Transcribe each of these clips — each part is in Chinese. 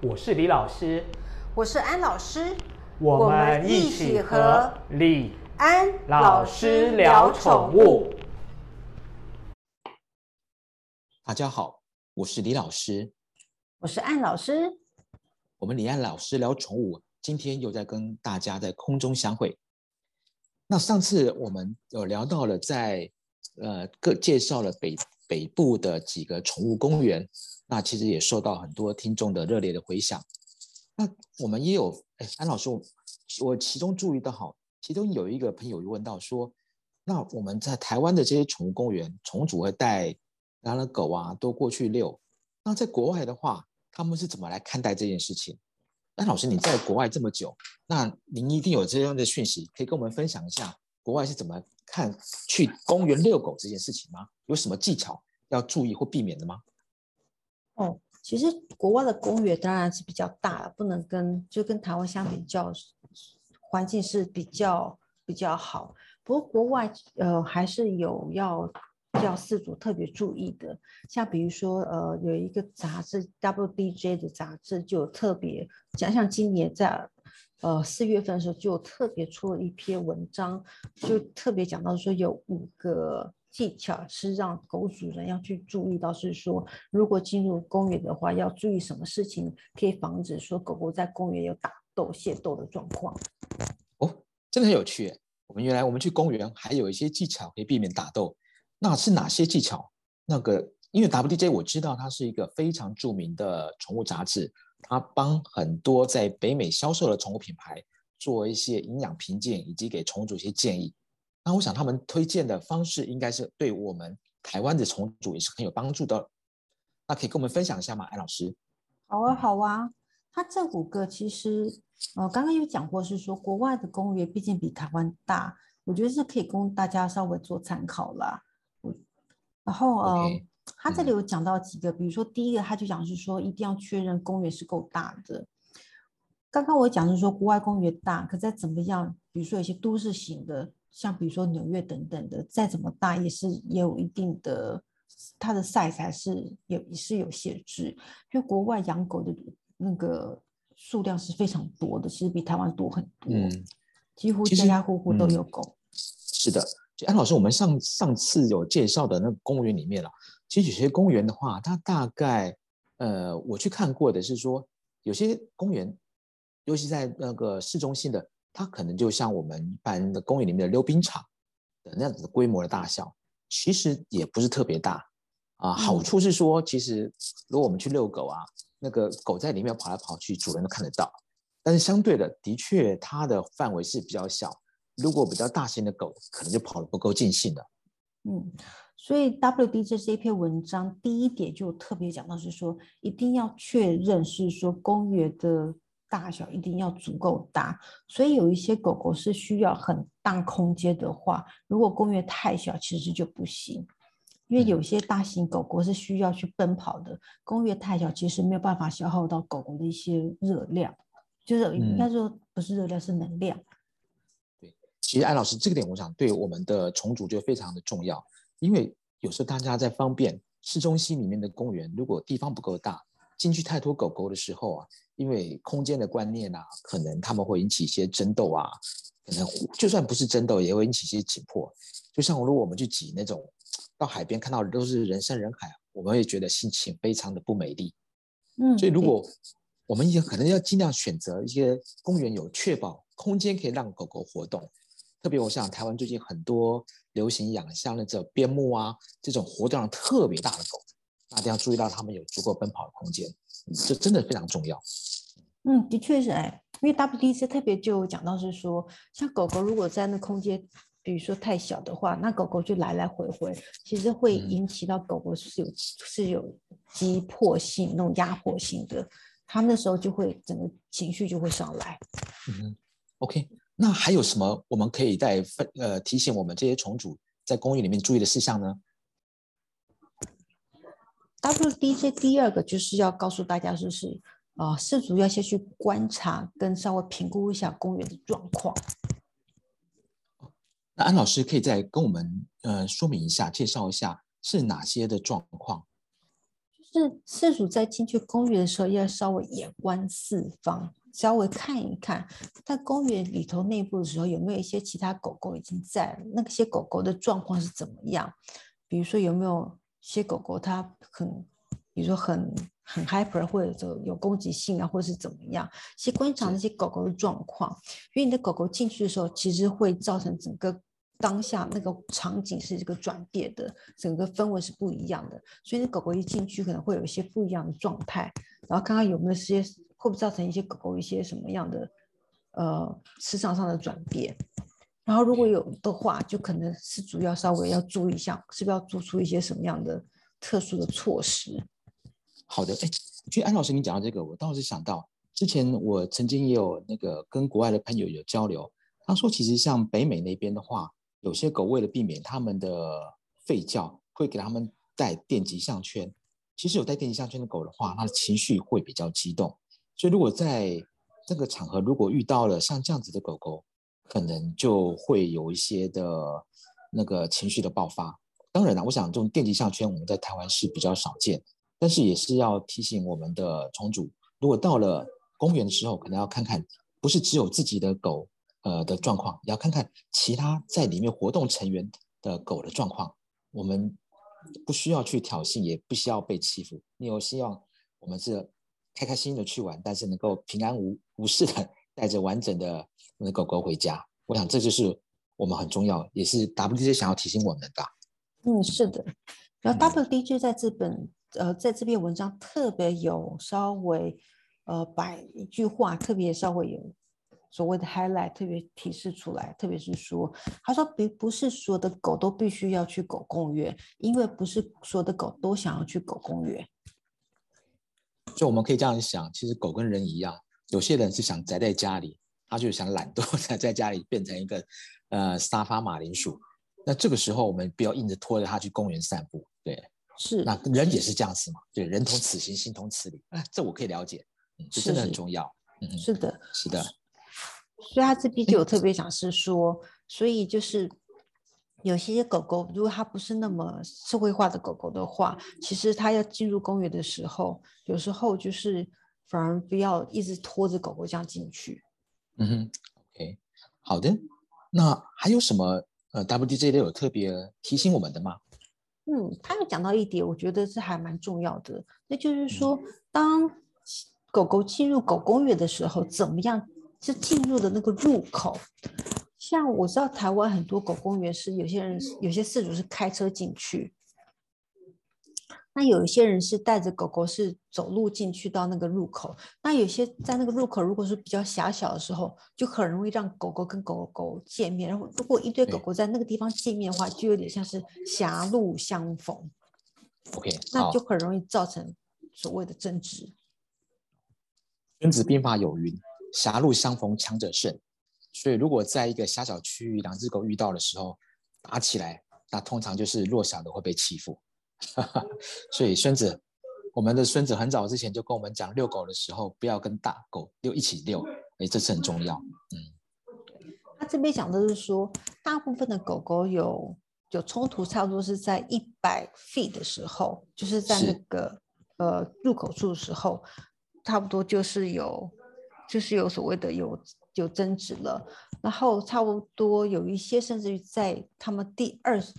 我是李老师， 我是安老师， 我们一起和李安老师聊宠物。 大家好，我是李老师， 我是安老师。 我们李安老师聊宠物，今天又在跟大家在空中相会。那上次我们有聊到了介绍了北部的几个宠物公园，那其实也受到很多听众的热烈的回响。那我们也有安老师，我其中注意到其中有一个朋友问到说，那我们在台湾的这些宠物公园，宠物主会带养了狗啊都过去遛，那在国外的话，他们是怎么来看待这件事情？安老师，你在国外这么久，那您一定有这样的讯息，可以跟我们分享一下，国外是怎么看去公园遛狗这件事情吗？有什么技巧要注意或避免的吗？ 其实国外的公园当然是比较大了，不能跟台湾相比较，环境是比较好。不过国外还是有要饲主特别注意的，像比如说有一个杂志 WDJ 的杂志就有特别讲，像今年在4月份的时候就特别出了一篇文章，就特别讲到说有5个技巧是让狗主人要去注意到，是说如果进入公园的话要注意什么事情可以防止说狗狗在公园有打斗械斗的状况。 真的很有趣。原来我们去公园还有一些技巧可以避免打斗，那是哪些技巧？因为 WDJ 我知道它是一个非常著名的宠物杂志，它帮很多在北美销售的宠物品牌做一些营养评鉴，以及给宠物主一些建议。那我想他们推荐的方式应该是对我们台湾的宠物主也是很有帮助的。那可以跟我们分享一下吗，安老师？ 好啊，它这5个其实刚刚有讲过，是说国外的公园毕竟比台湾大，我觉得是可以供大家稍微做参考啦。然后他这里有讲到几个，比如说第一个，他就讲是说一定要确认公园是够大的。刚刚我讲是说国外公园大，可再怎么样，比如说有些都市型的，像比如说纽约等等的，再怎么大也有一定的它的 size 还是有限制，因为国外养狗的那个数量是非常多的，其实比台湾多很多，几乎家家户户都有狗。 是的，安老师，我们上次有介绍的那个公园里面其实有些公园的话，它大概我去看过的是说，有些公园，尤其在那个市中心的，它可能就像我们一般的公园里面的溜冰场的那样子的规模的大小，其实也不是特别大好处是说，其实如果我们去遛狗那个狗在里面跑来跑去，主人都看得到。但是相对的，的确它的范围是比较小，如果比较大型的狗，可能就跑得不够尽兴了。 所以 WDJ 这篇文章第一点就特别讲到是说，一定要确认是说公园的大小一定要足够大，所以有一些狗狗是需要很大空间的话，如果公园太小，其实就不行。因为有些大型狗狗是需要去奔跑的，公园太小，其实没有办法消耗到狗狗的一些热量，就是应该说不是热量，是能量。 对，其实安老师这个点，我想对我们的宠主就非常的重要，因为有时候大家在方便市中心里面的公园，如果地方不够大，进去太多狗狗的时候因为空间的观念可能他们会引起一些争斗可能就算不是争斗，也会引起一些紧迫。就像如果我们去挤那种到海边看到的都是人山人海，我们会觉得心情非常的不美丽。所以如果我们也可能要尽量选择一些公园有确保空间可以让狗狗活动，特别我想台湾最近很多流行养像那种边牧这种活动量特别大的狗，那一定要注意到它们有足够奔跑的空间，这真的非常重要。 的确是因为 WDC 特别就讲到是说，像狗狗如果在那空间比如说太小的话，那狗狗就来来回回，其实会引起到狗狗是有急迫性那种压迫性的，它那时候就会整个情绪就会上来。 OK， 那还有什么我们可以再提醒我们这些宠主在公寓里面注意的事项呢？ WDJ 第2个就是要告诉大家就是饲主要先去观察跟稍微评估一下公园的状况。 那安老师可以再跟我们说明一下，介绍一下是哪些的状况？ 是饲主在进去公园的时候要稍微眼观四方，稍微看一看，在公园里头内部的时候有没有一些其他狗狗已经在了，那些狗狗的状况是怎么样？比如说有没有些狗狗它比如说很 hyper 或者有攻击性啊，或者是怎么样？去观察那些狗狗的状况，因为你的狗狗进去的时候，其实会造成整个当下那个场景是这个转变的，整个氛围是不一样的，所以那狗狗一进去可能会有一些不一样的状态，然后看看有没有些会不会造成一些狗狗一些什么样的磁场上的转变。然后如果有的话，就可能是主要稍微要注意一下，是不是要做出一些什么样的特殊的措施。 好的，其实安老师你讲到这个，我倒是想到之前我曾经也有那个跟国外的朋友有交流，他说其实像北美那边的话，有些狗为了避免他们的吠叫，会给他们戴电极项圈。其实有戴电极项圈的狗的话，它的情绪会比较激动，所以如果在这个场合如果遇到了像这样子的狗狗，可能就会有一些的那个情绪的爆发。当然了，我想这种电极项圈我们在台湾是比较少见，但是也是要提醒我们的宠主，如果到了公园的时候，可能要看看，不是只有自己的狗的状况，也要看看其他在里面活动成员的狗的状况。我们不需要去挑衅，也不需要被欺负。你有希望我们是开开心心的去玩，但是能够平安无事的带着完整的狗狗回家。我想这就是我们很重要，也是 WDJ 想要提醒我们的。 是的。然后 WDJ 在这篇文章特别有稍微把一句话特别稍微有所谓的 highlight 特别提示出来，特别是说，他说不是所有的狗都必须要去狗公园，因为不是所有的狗都想要去狗公园。 就我们可以这样想，其实狗跟人一样，有些人是想宅在家里，他就想懒惰宅在家里变成一个沙发马铃薯。那这个时候我们不要硬着拖着他去公园散步，对， 是。 那人也是这样子嘛，对，人同此心，心同此理，这我可以了解，这真的很重要。 是的， 是的。 所以他这边就有特别讲是说，所以就是有些狗狗，如果它不是那么社会化的狗狗的话，其实它要进入公园的时候，有时候就是反而不要一直拖着狗狗这样进去。 OK， 好的。那还有什么WDJ 有特别提醒我们的吗？ 他有讲到一点，我觉得是还蛮重要的，那就是说，当狗狗进入狗公园的时候，怎么样是进入的那个入口。像我知道台湾很多狗公园是有些饲主是开车进去，那有一些人是带着狗狗是走路进去到那个入口，那有些在那个入口如果是比较狭小的时候，就很容易让狗狗跟狗狗见面，然后如果一堆狗狗在那个地方见面的话，就有点像是狭路相逢。 OK， 那就很容易造成所谓的争执。 孙子兵法有云：狭路相逢强者胜。所以如果在一个狭小区域，两只狗遇到的时候打起来，那通常就是弱小的会被欺负。所以我们的孙子很早之前就跟我们讲，遛狗的时候不要跟大狗一起遛，这是很重要。 他这边讲的是说，大部分的狗狗有冲突，差不多是在100 feet 的时候，就是在那个入口处的时候，差不多就是有所谓的有争执了，然后差不多有一些甚至于在他们第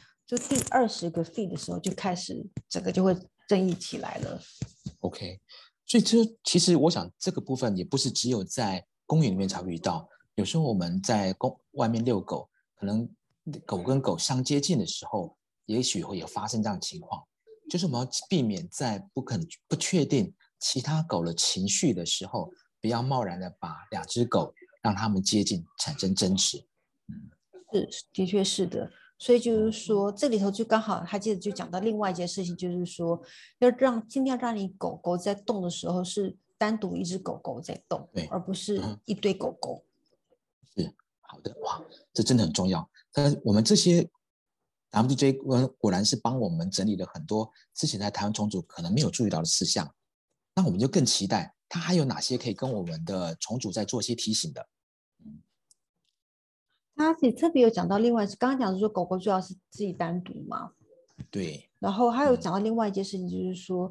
20个 feet 的时候就开始整个就会争议起来了。 OK， 所以其实我想这个部分也不是只有在公园里面才会遇到，有时候我们在外面遛狗，可能狗跟狗相接近的时候，也许会有发生这样的情况，就是我们要避免在不确定其他狗的情绪的时候，不要贸然的把两只狗让他们接近，产生争执。 是，的确是的。所以就是说，这里头就刚好他接着就讲到另外一件事情，就是说尽量让你狗狗在动的时候是单独一只狗狗在动，而不是一堆狗狗。 是，好的，哇，这真的很重要。但我们这些 WDJ 果然是帮我们整理了很多之前在台湾宠主可能没有注意到的事项，那我们就更期待它还有哪些可以跟我们的宠主在做些提醒的。 他也特别有讲到另外，刚刚讲的说狗狗最好是自己单独嘛， 对。 然后还有讲到另外一件事情，就是说，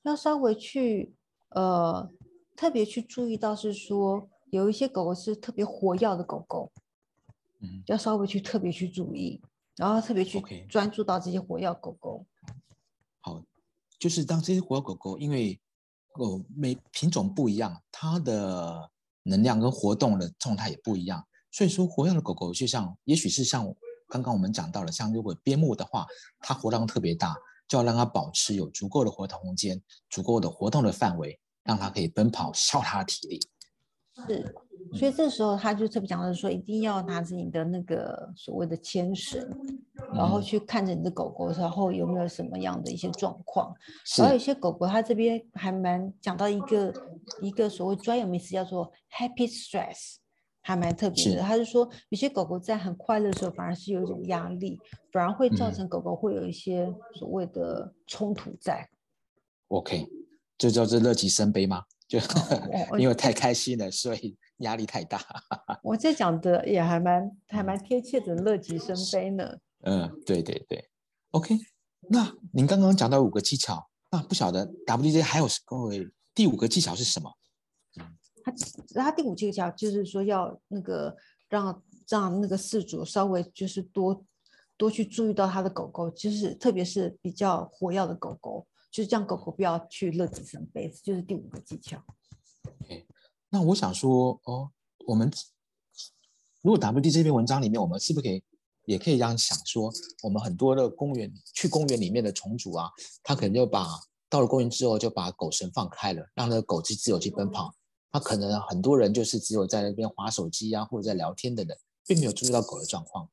要稍微去特别去注意到是说，有一些狗狗是特别活跃的狗狗，要稍微去特别去注意，然后特别去专注到这些活跃狗狗。 好，就是当这些活跃狗狗，因为每品种不一样，它的能量跟活动的状态也不一样，所以说活跃的狗狗就像，也许是像刚刚我们讲到了，像如果边牧的话，它活量特别大，就要让它保持有足够的活动空间，足够的活动的范围，让它可以奔跑消它的体力。 是，所以这时候他就特别讲到说，一定要拿着你的那个所谓的牵绳，然后去看着你的狗狗，然后有没有什么样的一些状况。然后有些狗狗它这边还蛮讲到一个所谓专有名词叫做 happy stress， 还蛮特别的。他是说有些狗狗在很快乐的时候反而是有一种压力，反而会造成狗狗会有一些所谓的冲突在。 OK， 这叫做乐极生悲吗？就因为太开心了，所以压力太大。 我这讲的也还蛮贴切的，乐极生悲呢。 对对对 ，OK。那您刚刚讲到5个技巧，那不晓得 WDJ 还有各位第5个技巧是什么？ 他第5技巧就是说要那个让那个饲主稍微就是多去注意到他的狗狗，就是特别是比较活跃的狗狗。就是这样，狗狗不要去乐极生悲，就是第5个技巧。 Okay. 那我想说，我们如果 WD 这篇文章里面，我们是不是也可以这样想说，我们很多的公园里面的宠主啊，他可能就到了公园之后就把狗绳放开了，让那个狗去自由去奔跑。他可能很多人就是只有在那边滑手机啊，或者在聊天的人，并没有注意到狗的状况。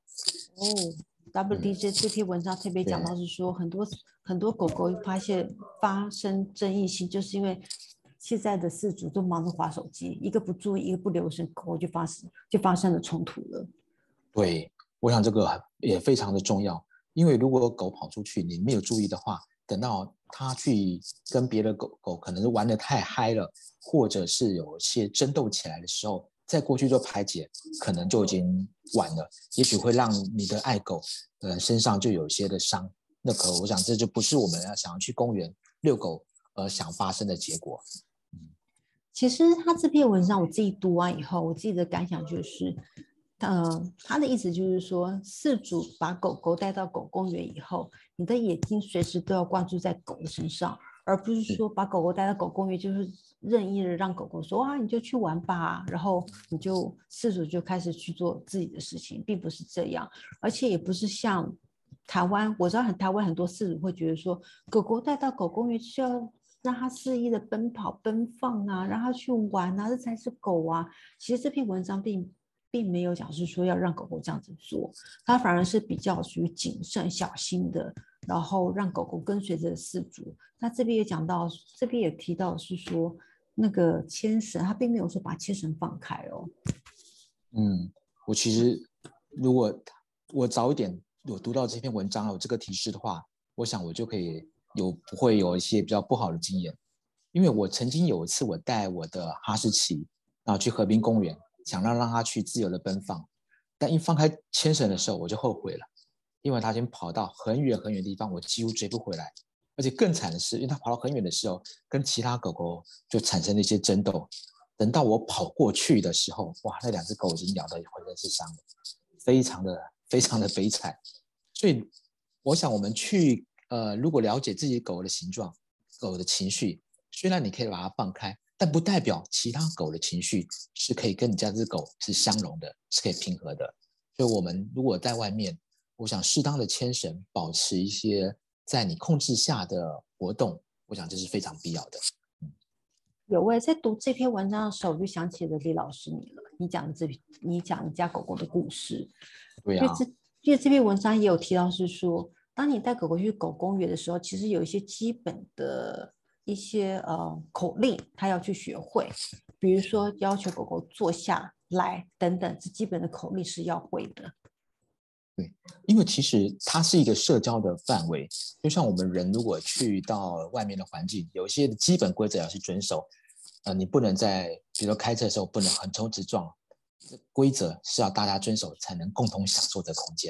WDJ 这篇文章特别讲到是说，很多狗狗发生争议性，就是因为现在的饲主都忙着滑手机，一个不注意，一个不留神，狗就发生了冲突了。 对，我想这个也非常的重要，因为如果狗跑出去，你没有注意的话，等到它去跟别的狗可能是玩得太嗨了，或者是有些争斗起来的时候，再过去做排解，可能就已经晚了，也许会让你的爱狗身上就有一些的伤。那个我想这就不是我们想要去公园遛狗想发生的结果。 其实他这篇文章我自己读完以后，我自己的感想就是，他的意思就是说，饲主把狗狗带到狗公园以后，你的眼睛随时都要关注在狗的身上，而不是说把狗狗带到狗公园就是任意的让狗狗说你就去玩吧，然后饲主就开始去做自己的事情，并不是这样，而且也不是像台湾，我知道台湾很多饲主会觉得说，狗狗带到狗公园是要让它肆意的奔跑奔放啊，让它去玩啊，这才是狗啊。其实这篇文章并没有讲是说要让狗狗这样子做，它反而是比较属于谨慎小心的，然后让狗狗跟随着饲主。那这边也讲到，这边也提到是说那个牵绳，它并没有说把牵绳放开哦。 我其实如果我早一点有读到这篇文章有这个提示的话，我想我就可以不会有一些比较不好的经验。因为我曾经有一次我带我的哈士奇然后去河滨公园，想让它去自由的奔放，但一放开牵绳的时候我就后悔了，因为它已经跑到很远很远的地方，我几乎追不回来。而且更惨的是，因为它跑到很远的时候跟其他狗狗就产生了一些争斗，等到我跑过去的时候，哇，那2只狗已经咬得浑身是伤了，非常的悲惨。所以我想我们去如果了解自己狗的形状、狗的情绪，虽然你可以把它放开，但不代表其他狗的情绪是可以跟你家这只狗是相容的，是可以平和的。所以我们如果在外面，我想适当的牵绳，保持一些在你控制下的活动，我想这是非常必要的。 有在读这篇文章的时候，我就想起了李老师你了。你讲你家狗狗的故事， 对啊， 因为这篇文章也有提到是说，当你带狗狗去狗公园的时候，其实有一些基本的一些口令，它要去学会，比如说要求狗狗坐下来等等，这基本的口令是要会的。 对，因为其实它是一个社交的范围，就像我们人如果去到外面的环境，有一些基本规则要去遵守。你不能比如说开车的时候不能横冲直撞，规则是要大家遵守才能共同享受这空间。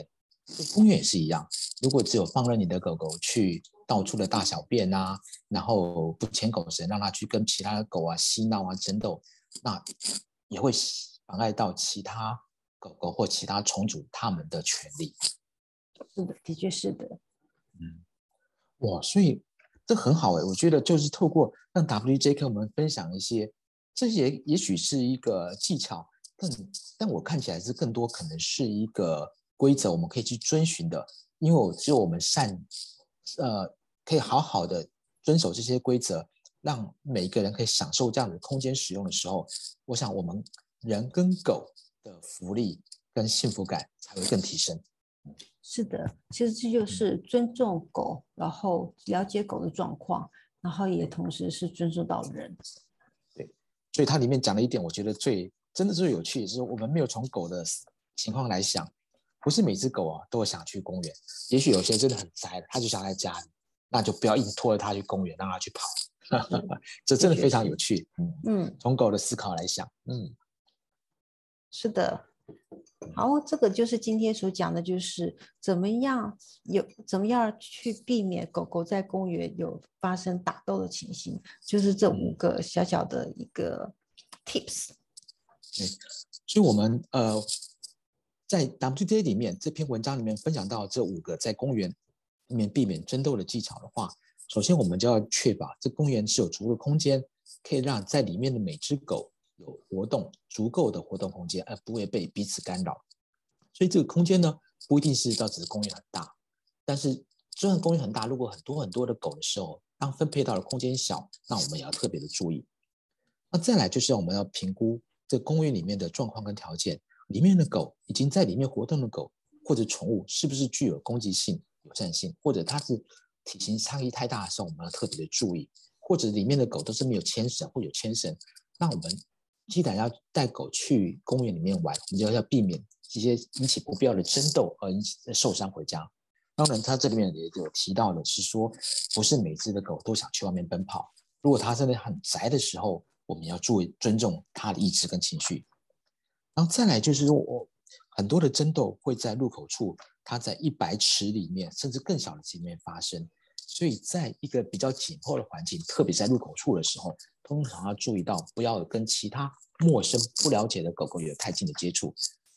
公园也是一样，如果只有放任你的狗狗去到处的大小便啊，然后不牵狗绳，让它去跟其他的狗啊嬉闹啊争斗，那也会妨碍到其他狗狗或其他宠主他们的权利。 是的，的确是的。 哇，所以这很好我觉得就是透过让 WJ 跟我们分享一些，这些也许是一个技巧，但我看起来是更多可能是一个规则，我们可以去遵循的。因为只有我们可以好好的遵守这些规则，让每一个人可以享受这样的空间使用的时候，我想我们人跟狗的福利跟幸福感才会更提升。 是的，其实这就是尊重狗，然后了解狗的状况，然后也同时是尊重到人。 对，所以它里面讲了一点，我觉得真的最有趣的是，我们没有从狗的情况来想，不是每只狗都想去公园，也许有些真的很宅的，它就想在家里，那就不要一直拖着它去公园，让它去跑。这真的非常有趣。从狗的思考来想， 是的。好，这个就是今天所讲的，就是怎么样去避免狗狗在公园有发生打斗的情形，就是这5个小小的一个 tips。 对，所以我们在 WTA 里面这篇文章里面分享到这5个在公园里面避免争斗的技巧的话，首先我们就要确保这公园是有足够的空间，可以让在里面的每只狗有足够的活动空间，而不会被彼此干扰。所以这个空间呢，不一定是到只是公园很大，但是就算公园很大，如果很多很多的狗的时候，当分配到的空间小，那我们也要特别的注意。那再来就是我们要评估这公园里面的状况跟条件，里面的狗已经在里面活动的狗或者宠物是不是具有攻击性、友善性，或者它是体型差异太大的时候，我们要特别的注意。或者里面的狗都是没有牵绳或有牵绳，那我们既然要带狗去公园里面玩，我们就要避免一些引起不必要的争斗而受伤回家。当然，他这里面也有提到的是说，不是每只的狗都想去外面奔跑。如果它真的很宅的时候，我们要注意尊重它的意志跟情绪。然后再来就是说，很多的争斗会在入口处，它在100尺里面，甚至更小的里面发生。所以在一个比较紧迫的环境，特别在入口处的时候，通常要注意到不要跟其他陌生不了解的狗狗有太近的接触。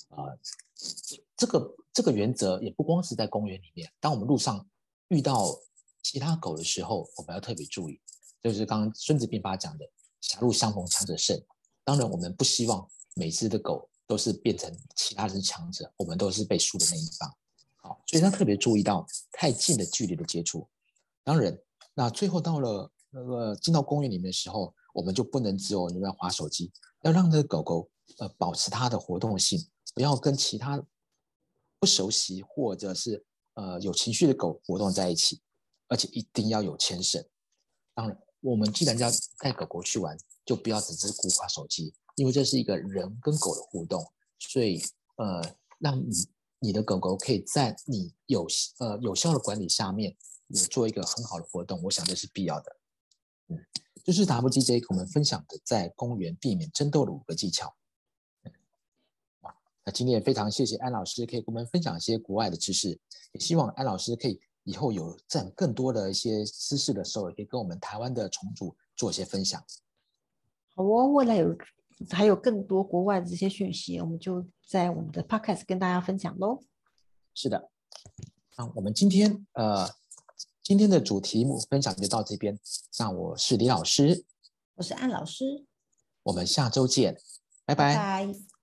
这个原则也不光是在公园里面，当我们路上遇到其他狗的时候，我们要特别注意。就是刚刚孙子兵法讲的“狭路相逢强者胜”。当然，我们不希望每只的狗都是变成其他人强者，我们都是被输的那一方。好，所以要特别注意到太近的距离的接触。当然，那最后到了进到公园里面的时候，我们就不能只有要滑手机，要让这个狗狗保持它的活动性，不要跟其他不熟悉或者是有情绪的狗活动在一起，而且一定要有牵绳。当然，我们既然要带狗狗去玩，就不要只是孤滑手机，因为这是一个人跟狗的互动，所以让你的狗狗可以在你有效的管理下面，你做一个很好的活动，我想这是必要的。这是 WDJ 跟我们分享的在公园避免争斗的5个技巧。那今天也非常谢谢安老师可以跟我们分享一些国外的知识，也希望安老师可以以后有占更多的一些知识的时候，也可以跟我们台湾的宠主做一些分享。 好哦，未来还有更多国外的这些讯息，我们就在我们的 podcast 跟大家分享咯。 是的，那我们今天的主题目分享就到这边。那我是李老师， 我是安老师， 我们下周见，拜拜。 拜拜。